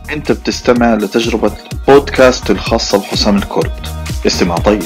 أنت بتستمع لتجربة بودكاست الخاصة بحسام الكرد. استمع طيب.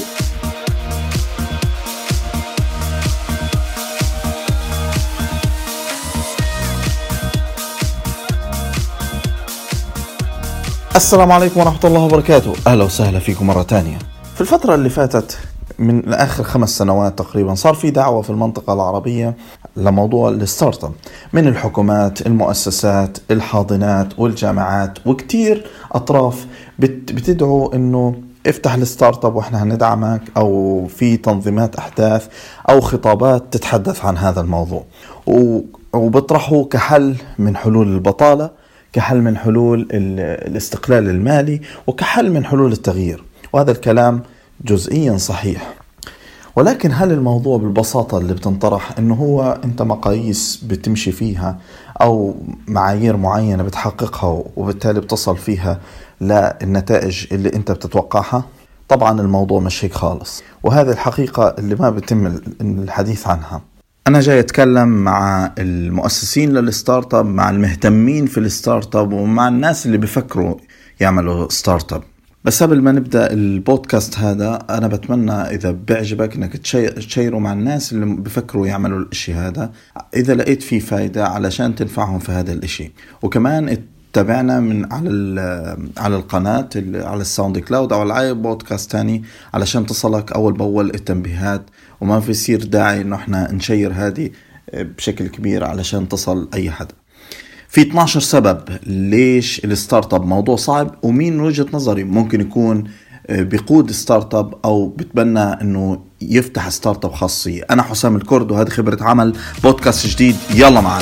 السلام عليكم ورحمة الله وبركاته. أهلا وسهلا فيكم مرة تانية. في الفترة اللي فاتت من آخر 5 سنوات تقريبا صار في دعوة في المنطقة العربية لموضوع الستارت اب من الحكومات، المؤسسات، الحاضنات والجامعات، وكتير أطراف بتدعو إنه افتح الستارت اب واحنا هندعمك، أو في تنظيمات أحداث أو خطابات تتحدث عن هذا الموضوع وبطرحه كحل من حلول البطالة، كحل من حلول الاستقلال المالي، وكحل من حلول التغيير. وهذا الكلام جزئيا صحيح، ولكن هل الموضوع بالبساطة اللي بتنطرح انه هو انت مقاييس بتمشي فيها او معايير معينة بتحققها وبالتالي بتصل فيها للنتائج اللي انت بتتوقعها؟ طبعا الموضوع مش هيك خالص، وهذه الحقيقة اللي ما بيتم الحديث عنها. أنا جاي أتكلم مع المؤسسين للستارت اب، مع المهتمين في الستارت اب، ومع الناس اللي بيفكروا يعملوا ستارت اب. بس قبل ما نبدأ البودكاست هذا، أنا بتمنى إذا بيعجبك إنك تشيروا مع الناس اللي بيفكروا يعملوا الإشي هذا إذا لقيت فيه فايدة علشان تنفعهم في هذا الإشي. وكمان تابعنا من على القناة على الساوند كلاود أو على بودكاست تاني علشان تصلك أول بأول التنبيهات، وما في يصير داعي إنه إحنا نشير هذه بشكل كبير علشان تصل أي حدا. في 12 سبب ليش الستارت اب موضوع صعب، ومين وجهة نظري ممكن يكون بيقود ستارت اب أو بتبنى إنه يفتح ستارت اب خاصية. أنا حسام الكرد، وهذه خبرة عمل بودكاست جديد. يلا معنا.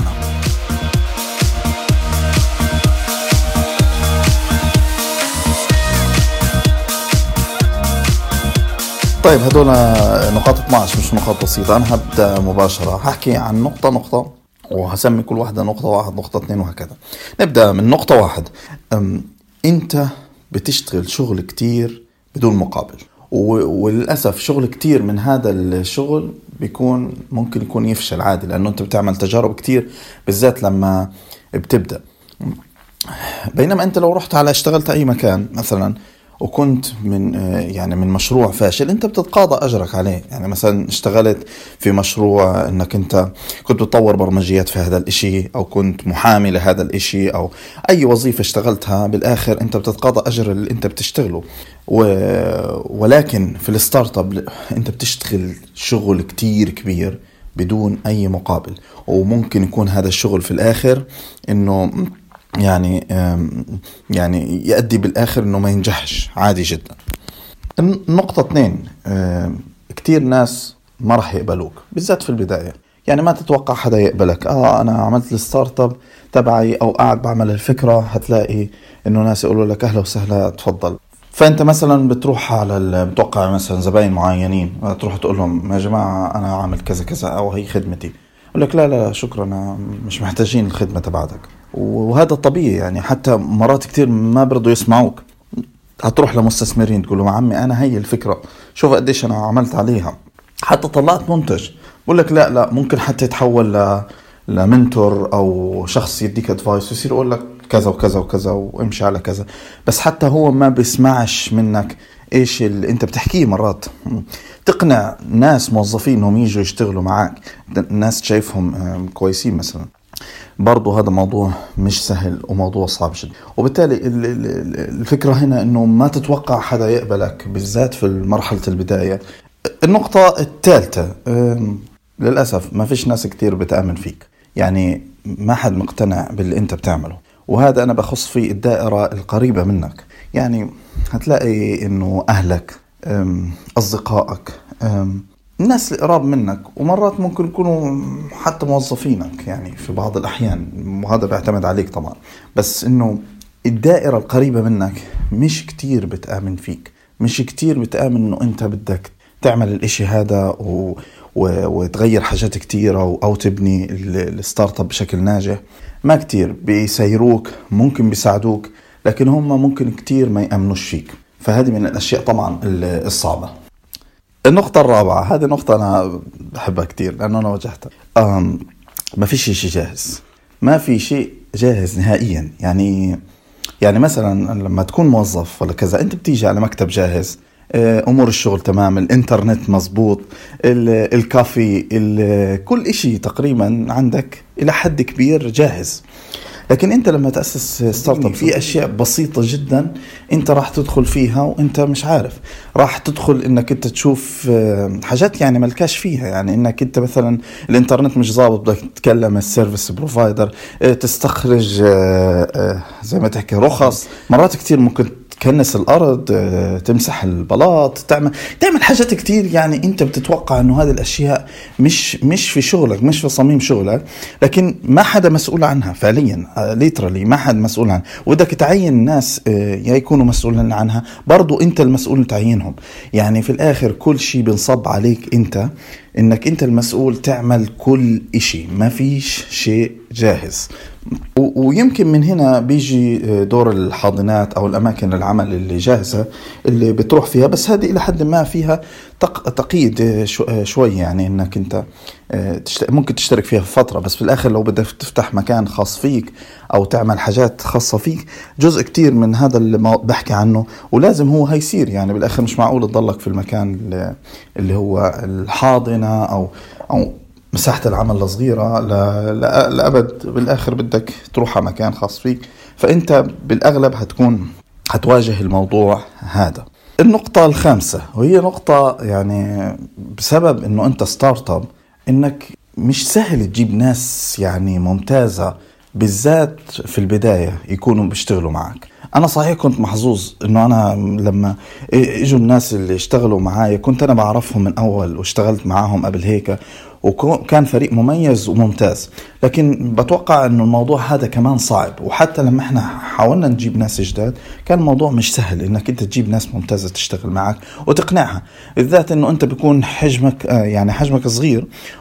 طيب، هدول نقاط 12 مش نقاط بسيطة. أنا هبدأ مباشرة، هحكي عن نقطة وهسمي كل واحدة نقطة 1 نقطة 2 وهكذا. نبدأ من نقطة 1. أنت بتشتغل شغل كتير بدون مقابل، وللأسف شغل كتير من هذا الشغل ممكن يكون يفشل عادي، لأنه أنت بتعمل تجارب كتير بالذات لما بتبدأ. بينما أنت لو رحت اشتغلت أي مكان مثلا وكنت من مشروع فاشل، انت بتتقاضى اجرك عليه. يعني مثلا اشتغلت في مشروع انك انت كنت بتطور برمجيات في هذا الاشي، او كنت محامي لهذا الاشي، او اي وظيفة اشتغلتها، بالاخر انت بتتقاضى اجر اللي انت بتشتغله. ولكن في الستارت اب انت بتشتغل شغل كتير كبير بدون اي مقابل، وممكن يكون هذا الشغل في الاخر انه يؤدي بالآخر إنه ما ينجحش عادي جدا. النقطة 2، كتير ناس ما راح يقبلوك بالذات في البداية. يعني ما تتوقع حدا يقبلك. أنا عملت الستارت اب تبعي أو قاعد بعمل الفكرة، هتلاقي إنه ناس يقولوا لك أهلا وسهلا تفضل. فأنت مثلا بتروح بتوقع مثلا زباين معينين، تروح تقول لهم يا جماعة أنا عامل كذا كذا أو هي خدمتي. يقول لك لا شكرا، أنا مش محتاجين الخدمة تبعتك. وهذا طبيعي، يعني حتى مرات كتير ما برضو يسمعوك. هتروح لمستثمرين تقول لهم عمي أنا هي الفكرة، شوف قديش أنا عملت عليها، حتى طلعت منتج. بقول لك لا ممكن حتى يتحول لمنتور أو شخص يديك ادفايس ويصير يقول لك كذا وكذا وكذا وامشي على كذا، بس حتى هو ما بيسمعش منك ايش اللي انت بتحكيه. مرات تقنع ناس موظفين انهم يجوا يشتغلوا معك، ناس شايفهم كويسين مثلا، برضو هذا موضوع مش سهل وموضوع صعب جدا. وبالتالي الفكرة هنا انه ما تتوقع حدا يقبلك بالذات في مرحلة البداية. النقطة الثالثة، للأسف ما فيش ناس كتير بتآمن فيك، يعني ما حد مقتنع باللي انت بتعمله. وهذا انا بخص في الدائرة القريبة منك. يعني هتلاقي انه اهلك، اصدقائك، الناس القراب منك، ومرات ممكن يكونوا حتى موظفينك يعني في بعض الأحيان، وهذا بيعتمد عليك طبعا. بس إنه الدائرة القريبة منك مش كتير بتآمن فيك، مش كتير بتآمن إنه أنت بدك تعمل الإشي هذا وتغير حاجات كتيرة أو تبني الستارت اب بشكل ناجح. ما كتير بيسيروك، ممكن بيساعدوك، لكن هم ممكن كتير ما يأمنوش فيك. فهذه من الأشياء طبعا الصعبة. النقطة الرابعة، هذه نقطة أنا بحبها كتير لأنه أنا واجهتها. ما في شيء جاهز، ما في شيء جاهز نهائيا. يعني يعني مثلا لما تكون موظف ولا كذا، انت بتيجي على مكتب جاهز، امور الشغل تمام، الانترنت مزبوط، الكافي، كل اشي تقريبا عندك الى حد كبير جاهز. لكن انت لما تأسس ستارت اب في اشياء بسيطة جدا انت راح تدخل فيها وانت مش عارف. راح تدخل انك انت تشوف حاجات يعني ملكاش فيها، يعني انك انت مثلا الانترنت مش ضابط، بدك تتكلم السيرفيس بروفايدر، تستخرج زي ما تحكي رخص، مرات كتير ممكن تكنس الأرض، تمسح البلاط، تعمل حاجات كتير. يعني أنت بتتوقع أنه هذه الأشياء مش في شغلك، مش في صميم شغلك، لكن ما حدا مسؤول عنها فعليا، ليترالي ما حدا مسؤول عنها. وإذا تعين ناس يكونوا مسؤولين عنها، برضو أنت المسؤول تعيينهم. يعني في الآخر كل شيء بنصب عليك أنت، إنك أنت المسؤول تعمل كل إشي، ما فيش شيء جاهز. ويمكن من هنا بيجي دور الحاضنات أو الأماكن العمل اللي جاهزة اللي بتروح فيها، بس هذه إلى حد ما فيها تقييد شوي، يعني إنك أنت ممكن تشترك فيها في فترة، بس في الآخر لو بدك تفتح مكان خاص فيك أو تعمل حاجات خاصة فيك، جزء كتير من هذا اللي بحكي عنه ولازم هو هيصير. يعني بالآخر مش معقول تضلك في المكان اللي هو الحاضنة أو مساحة العمل الصغيرة لأبد. بالآخر بدك تروح على مكان خاص فيك، فأنت بالأغلب هتواجه الموضوع هذا. النقطة الخامسة، وهي نقطة يعني بسبب أنه أنت ستارت اب، أنك مش سهل تجيب ناس يعني ممتازة، بالذات في البداية يكونوا بيشتغلوا معك. أنا صحيح كنت محظوظ أنه أنا لما إجوا الناس اللي اشتغلوا معايا كنت أنا بعرفهم من أول واشتغلت معاهم قبل هيك، وكان فريق مميز وممتاز. لكن بتوقع أنه الموضوع هذا كمان صعب، وحتى لما احنا حاولنا نجيب ناس جداد كان الموضوع مش سهل انك انت تجيب ناس ممتازة تشتغل معك وتقنعها، بالذات انه انت بيكون حجمك صغير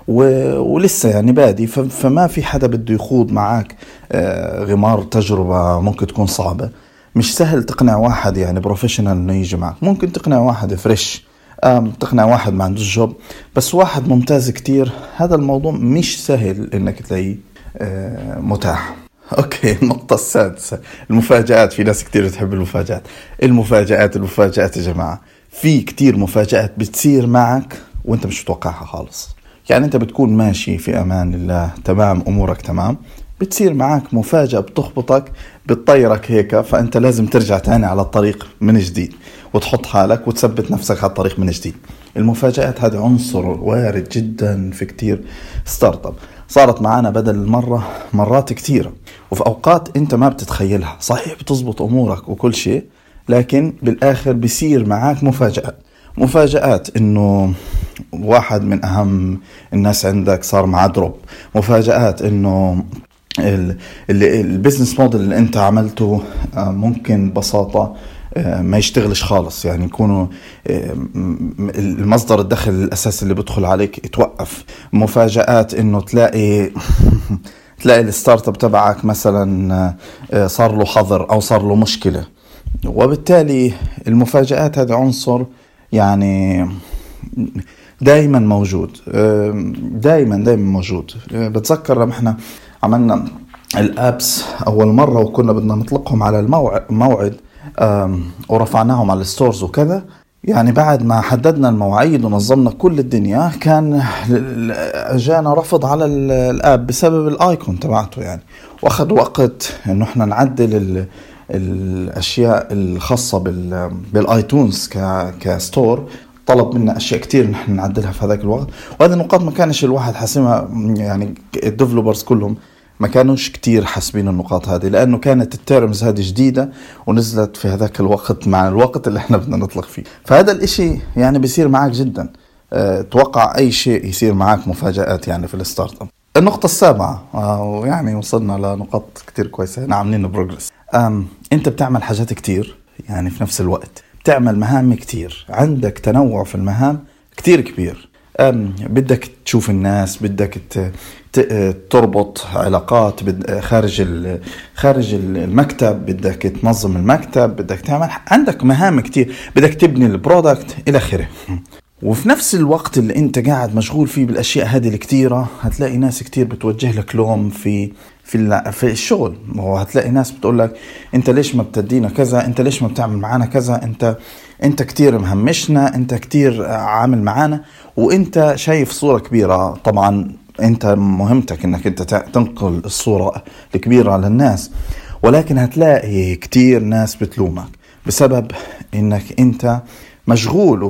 ولسه يعني بادي، فما في حدا بده يخوض معك غمار تجربة ممكن تكون صعبة. مش سهل تقنع واحد يعني بروفيشنال انه يجي معك، ممكن تقنع واحد فريش، تقنع واحد ما عنده جوب، بس واحد ممتاز كتير هذا الموضوع مش سهل انك تلاقيه متاح. اوكي، النقطة السادسة، المفاجآت. في ناس كتير تحب المفاجآت يا جماعة. في كتير مفاجآت بتصير معك وانت مش متوقعها خالص. يعني انت بتكون ماشي في امان الله تمام، امورك تمام، بتصير معك مفاجأة بتخبطك بتطيرك هيك، فانت لازم ترجع تاني على الطريق من جديد وتحط حالك وتثبت نفسك على الطريق من جديد. المفاجآت هذا عنصر وارد جدا في كتير ستارت اب. صارت معنا بدل مرات كتيرة، وفي أوقات أنت ما بتتخيلها. صحيح بتزبط أمورك وكل شيء، لكن بالآخر بيصير معك مفاجآت إنه واحد من أهم الناس عندك صار معه دروب. مفاجآت إنه البيزنس موديل اللي أنت عملته ممكن ببساطة ما يشتغلش خالص، يعني يكونوا المصدر الدخل الأساسي اللي بدخل عليك يتوقف. مفاجآت إنه تلاقي الستارت اب تبعك مثلا صار له حظر أو صار له مشكلة، وبالتالي المفاجآت هذا عنصر يعني دائما موجود، دائما موجود. بتذكر لما احنا عملنا الابس أول مرة وكنا بدنا نطلقهم على الموعد ورفعناهم على الستورز وكذا، يعني بعد ما حددنا المواعيد ونظمنا كل الدنيا كان جانا رفض على الاب بسبب الايكون تبعته، يعني واخذ وقت انه احنا نعدل الاشياء الخاصة بالايتونز كستور. طلب منا اشياء كتير نحن نعدلها في هذاك الوقت، وهذه النقاط ما كانش الواحد حاسمها، يعني الديفلوبرز كلهم ما كانوش كتير حاسبين النقاط هذه، لأنه كانت التيرمز هذه جديدة ونزلت في هذاك الوقت مع الوقت اللي احنا بدنا نطلق فيه. فهذا الاشي يعني بيصير معك جدا. توقع أي شيء يصير معك مفاجآت يعني في الستارت اب. النقطة السابعة، ويعني وصلنا لنقاط كتير كويسة، هنا عاملين بروجرس. انت بتعمل حاجات كتير يعني في نفس الوقت، بتعمل مهام كتير، عندك تنوع في المهام كتير كبير. بدك تشوف الناس، بدك تربط علاقات خارج المكتب، بدك تنظم المكتب، بدك تعمل، عندك مهام كتير، بدك تبني البرودكت إلى آخره. وفي نفس الوقت اللي انت قاعد مشغول فيه بالأشياء هذه الكتيرة، هتلاقي ناس كتير بتوجه لك لوم في الشغل. وهتلاقي ناس بتقول لك انت ليش ما بتدينا كذا، انت ليش ما بتعمل معانا كذا، انت كتير مهمشنا، انت كتير عامل معانا، وانت شايف صورة كبيرة. طبعا انت مهمتك انك انت تنقل الصورة الكبيرة للناس، ولكن هتلاقي كتير ناس بتلومك بسبب انك انت مشغول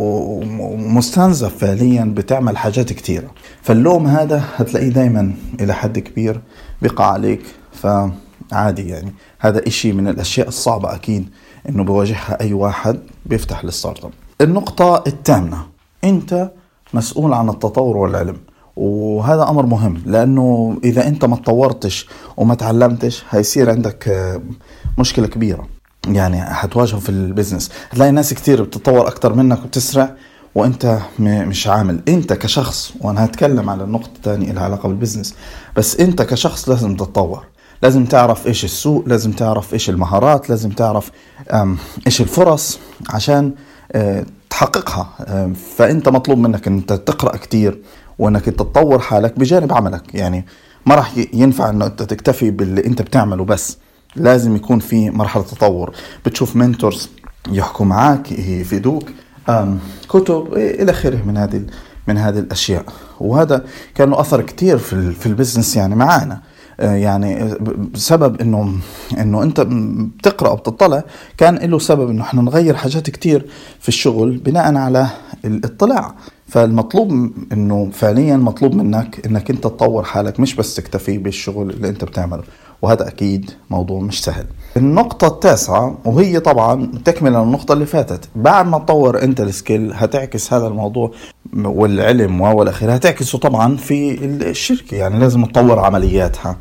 ومستنزف فعليا بتعمل حاجات كتيرة. فاللوم هذا هتلاقيه دايما الى حد كبير بيقع عليك. فعادي يعني، هذا اشي من الاشياء الصعبة اكيد انه بواجهها اي واحد بيفتح الستارت اب. النقطة الثامنة، انت مسؤول عن التطور والعلم، وهذا امر مهم، لانه اذا انت ما تطورتش وما تعلمتش هيصير عندك مشكلة كبيرة. يعني هتواجهه في البيزنس، هتلاقي ناس كتير بتتطور اكتر منك وبتسرع وانت مش عامل. انت كشخص، وانا هتكلم على النقطة الثانية اللي علاقة بالبيزنس، بس انت كشخص لازم تتطور، لازم تعرف ايش السوق، لازم تعرف ايش المهارات، لازم تعرف ايش الفرص عشان تحققها. فانت مطلوب منك ان انت تقرأ كتير وانك انت تطور حالك بجانب عملك. يعني ما راح ينفع انه انت تكتفي باللي انت بتعمله بس، لازم يكون في مرحلة تطور. بتشوف منتورز يحكوا معاك، يفيدوك، كتب الى اخره من هذه الاشياء. وهذا كان له اثر كتير في البزنس يعني معانا. يعني بسبب انه انت بتقرأ وبتطلع، كان له سبب انه احنا نغير حاجات كتير في الشغل بناء على الاطلاع. فالمطلوب انه فعليا مطلوب منك انك انت تطور حالك، مش بس تكتفي بالشغل اللي انت بتعمله، وهذا اكيد موضوع مش سهل. النقطة التاسعة، وهي طبعا تكمل النقطة اللي فاتت، بعد ما تطور انت السكيل هتعكس هذا الموضوع والعلم والأخير هتعكسه طبعا في الشركة. يعني لازم تطور عملياتها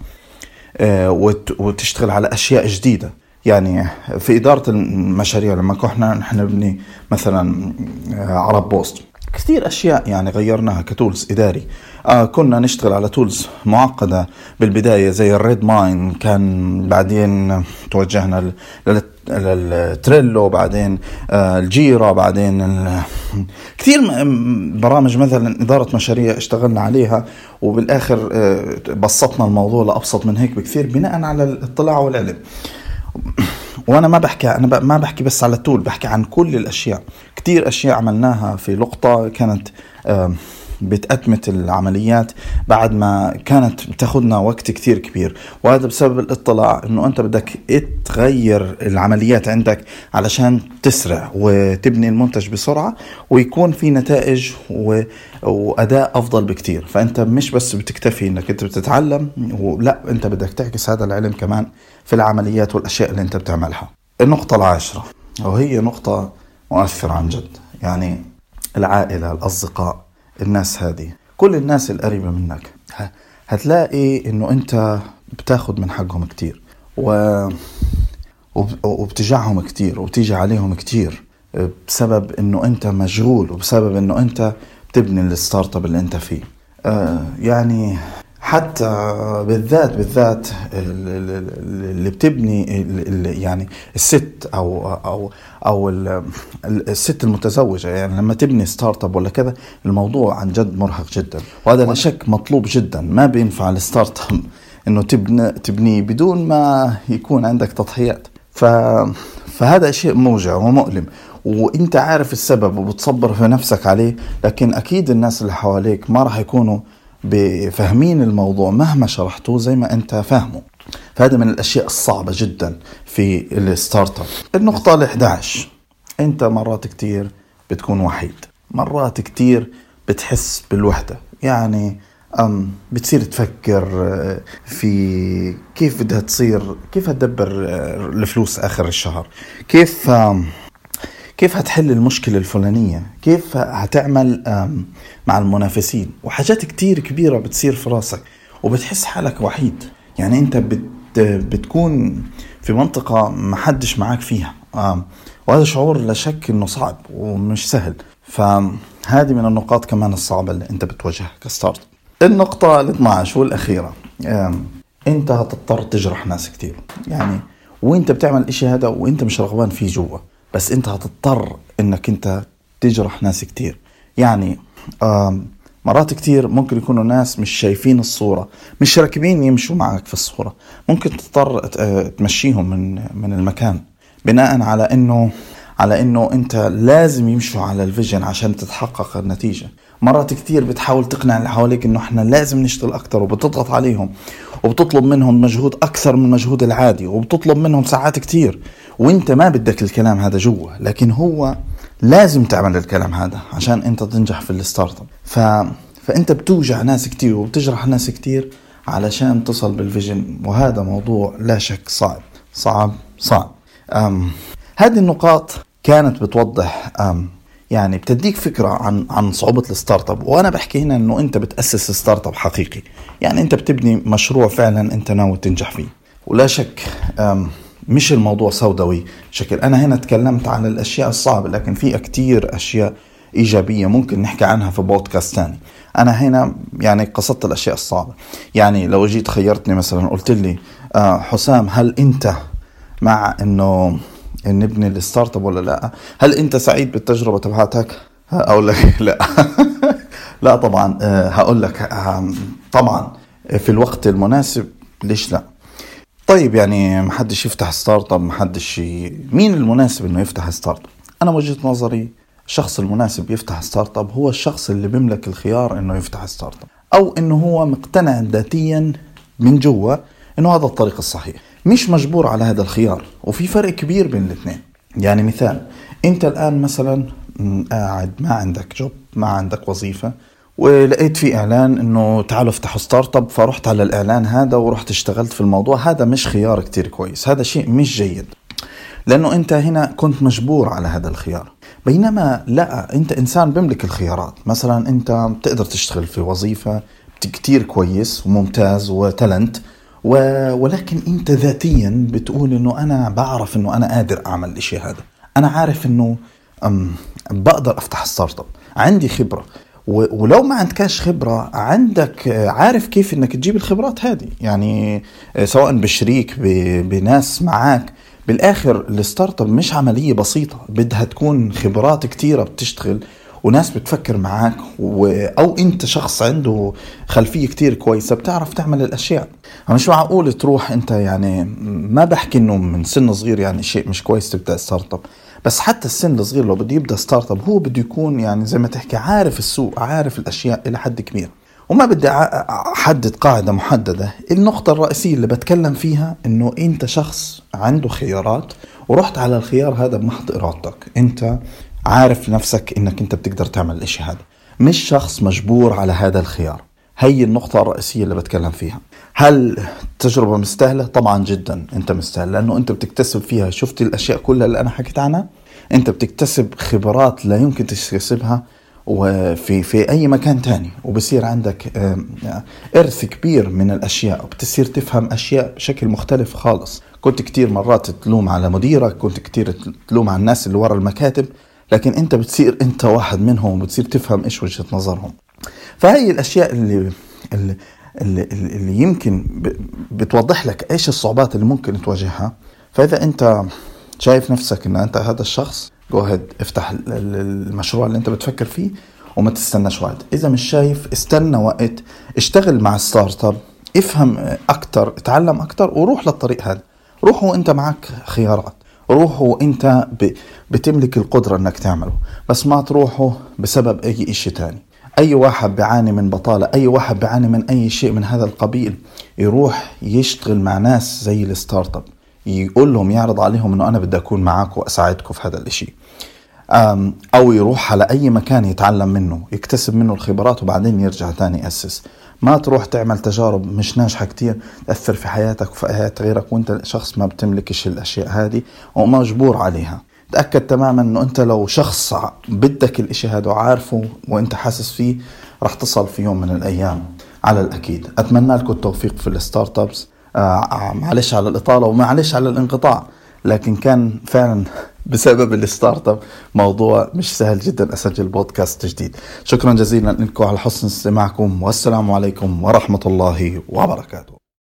وتشتغل على أشياء جديدة. يعني في إدارة المشاريع، لما كنا نحن نبني مثلا عرب بوست، كثير أشياء يعني غيرناها كتولز إداري. كنا نشتغل على تولز معقدة بالبداية زي الريد ماين، كان بعدين توجهنا للتريلو، بعدين الجيرا، بعدين كثير برامج مثلا إدارة مشاريع اشتغلنا عليها، وبالآخر بسطنا الموضوع لأبسط من هيك بكثير بناء على الاطلاع والعلم. وانا ما بحكي بس على التول، بحكي عن كل الاشياء. كتير اشياء عملناها في لقطة كانت بتأتمت العمليات بعد ما كانت بتاخدنا وقت كتير كبير، وهذا بسبب الاطلاع انه انت بدك تغير العمليات عندك علشان تسرع وتبني المنتج بسرعة ويكون في نتائج واداء افضل بكتير. فانت مش بس بتكتفي انك انت بتتعلم، لا، انت بدك تعكس هذا العلم كمان في العمليات والاشياء اللي انت بتعملها. النقطة العاشرة، وهي نقطة مؤثرة عن جد، يعني العائلة، الأصدقاء، الناس هذه، كل الناس القريبة منك هتلاقي انه انت بتاخد من حقهم كتير وبتجعهم كتير وبتيجي عليهم كتير بسبب انه انت مشغول وبسبب انه انت بتبني الستارت اب اللي انت فيه. يعني حتى بالذات اللي بتبني يعني الست او الست المتزوجة، يعني لما تبني ستارت اب ولا كذا، الموضوع عن جد مرهق جدا، وهذا لا شك مطلوب جدا. ما بينفع الستارت اب انه تبني بدون ما يكون عندك تضحيات. فهذا شيء موجع ومؤلم، وانت عارف السبب وبتصبر في نفسك عليه، لكن اكيد الناس اللي حواليك ما راح يكونوا بفهمين الموضوع مهما شرحته زي ما انت فاهمه. فهذا من الاشياء الصعبة جدا في الستارت اب. النقطة 11، انت مرات كتير بتكون وحيد، مرات كتير بتحس بالوحدة. يعني بتصير تفكر في كيف بدها تصير، كيف هتدبر الفلوس آخر الشهر، كيف هتحل المشكلة الفلانية، كيف هتعمل مع المنافسين، وحاجات كتير كبيرة بتصير في راسك وبتحس حالك وحيد. يعني انت بتكون في منطقة محدش معاك فيها، وهذا شعور لا شك انه صعب ومش سهل. فهذه من النقاط كمان الصعبة اللي انت بتواجهها كستارت. النقطة 12 والأخيرة، انت هتضطر تجرح ناس كتير. يعني وانت بتعمل اشي هذا وانت مش رغبان فيه جوا، بس انت هتضطر انك انت تجرح ناس كتير. يعني مرات كتير ممكن يكونوا ناس مش شايفين الصورة، مش راكبين يمشوا معك في الصورة، ممكن تضطر تمشيهم من المكان بناء على انه انت لازم يمشوا على الفيجن عشان تتحقق النتيجة. مرات كتير بتحاول تقنع اللي حواليك انه احنا لازم نشتغل اكتر، وبتضغط عليهم وبتطلب منهم مجهود اكثر من المجهود العادي، وبتطلب منهم ساعات كتير، وانت ما بدك الكلام هذا جوا، لكن هو لازم تعمل الكلام هذا عشان انت تنجح في الستارت اب. فانت بتوجع ناس كتير وبتجرح ناس كتير علشان تصل بالفيجن، وهذا موضوع لا شك صعب. هذه النقاط كانت بتوضح يعني بتديك فكرة عن صعوبة الستارت اب. وانا بحكي هنا انه انت بتأسس ستارت اب حقيقي، يعني انت بتبني مشروع فعلا انت ناوي تنجح فيه. ولا شك مش الموضوع سوداوي شكل. انا هنا تكلمت عن الاشياء الصعبة، لكن في كتير اشياء ايجابية ممكن نحكي عنها في بودكاست تاني. انا هنا يعني قصدت الاشياء الصعبة. يعني لو جيت خيرتني مثلا قلت لي حسام، هل انت مع انه نبني الستارت اب ولا لا؟ هل انت سعيد بالتجربة تبعتك؟ اقول لك لا. لا طبعا. هقول لك طبعا في الوقت المناسب، ليش لا؟ طيب يعني محدش يفتح ستارت اب، مين المناسب انه يفتح ستارت اب؟ انا وجهة نظري الشخص المناسب يفتح ستارت اب هو الشخص اللي بيملك الخيار انه يفتح ستارت اب، او انه هو مقتنع ذاتيا من جوا انه هذا الطريق الصحيح، مش مجبور على هذا الخيار. وفي فرق كبير بين الاثنين. يعني مثال، انت الان مثلا قاعد ما عندك جوب، ما عندك وظيفة، ولقيت في اعلان انه تعالوا افتحوا ستارت اب، فرحت على الاعلان هذا ورحت اشتغلت في الموضوع. هذا مش خيار كتير كويس، هذا شيء مش جيد، لانه انت هنا كنت مجبور على هذا الخيار. بينما لا، انت انسان بملك الخيارات. مثلا انت بتقدر تشتغل في وظيفة كتير كويس وممتاز وتالنت، ولكن انت ذاتيا بتقول انه انا بعرف انه انا قادر اعمل الاشي هذا، انا عارف انه بقدر افتح ستارت اب، عندي خبرة. ولو ما عندكاش خبرة، عندك عارف كيف انك تجيب الخبرات هذه، يعني سواء بشريك بناس معاك. بالاخر الستارت اب مش عملية بسيطة، بدها تكون خبرات كتيرة بتشتغل وناس بتفكر معاك، او انت شخص عنده خلفية كتير كويسة بتعرف تعمل الاشياء. مش معقول تروح انت، يعني ما بحكي انه من سن صغير يعني شيء مش كويس تبدأ ستارت اب، بس حتى السن الصغير لو بده يبدأ ستارت اب هو بده يكون يعني زي ما تحكي عارف السوق، عارف الاشياء الى حد كبير. وما بدي احدد قاعدة محددة. النقطة الرئيسية اللي بتكلم فيها انه انت شخص عنده خيارات، ورحت على الخيار هذا بمحض ارادتك. انت عارف نفسك انك انت بتقدر تعمل الاشي هذا، مش شخص مجبور على هذا الخيار. هي النقطة الرئيسية اللي بتكلم فيها. هل التجربة مستاهلة؟ طبعا جدا انت مستاهل، لانه انت بتكتسب فيها. شفت الاشياء كلها اللي انا حكيت عنها؟ انت بتكتسب خبرات لا يمكن تكتسبها وفي اي مكان تاني، وبصير عندك ارث كبير من الاشياء، وبتصير تفهم اشياء بشكل مختلف خالص. كنت كتير مرات تلوم على مديرك، كنت كتير تلوم على الناس اللي ورا المكاتب، لكن انت بتصير انت واحد منهم، وبتصير تفهم ايش وجهة نظرهم. فهي الاشياء اللي يمكن بتوضح لك ايش الصعوبات اللي ممكن تواجهها. فاذا انت شايف نفسك ان انت هذا الشخص، جو هيد افتح المشروع اللي انت بتفكر فيه وما تستناش وقت. اذا مش شايف، استنى وقت، اشتغل مع ستارت اب، افهم اكتر، اتعلم اكتر، وروح للطريق هذا. روح وانت معك خيارات، روح وانت بتملك القدرة انك تعمله، بس ما تروحوا بسبب اي اشي تاني. اي واحد بيعاني من بطالة، اي واحد بيعاني من اي شيء من هذا القبيل، يروح يشتغل مع ناس زي الستارت اب، يقول لهم، يعرض عليهم انه انا بدي اكون معاكم واساعدكم في هذا الاشي، او يروح على اي مكان يتعلم منه، يكتسب منه الخبرات، وبعدين يرجع تاني يأسس. ما تروح تعمل تجارب مش ناجحة كتير تأثر في حياتك وفي حياة غيرك، وانت شخص ما بتملكش الاشياء هذه ومجبور عليها. تأكد تماما انه انت لو شخص بدك الاشي هذا وعارفه وانت حاسس فيه، رح تصل في يوم من الايام على الاكيد. اتمنى لكم التوفيق في الستارت ابس. معلش على الإطالة ومعلش على الانقطاع، لكن كان فعلا بسبب الستارت اب موضوع مش سهل جدا أسجل بودكاست جديد. شكرا جزيلا لكم على حسن استماعكم، والسلام عليكم ورحمة الله وبركاته.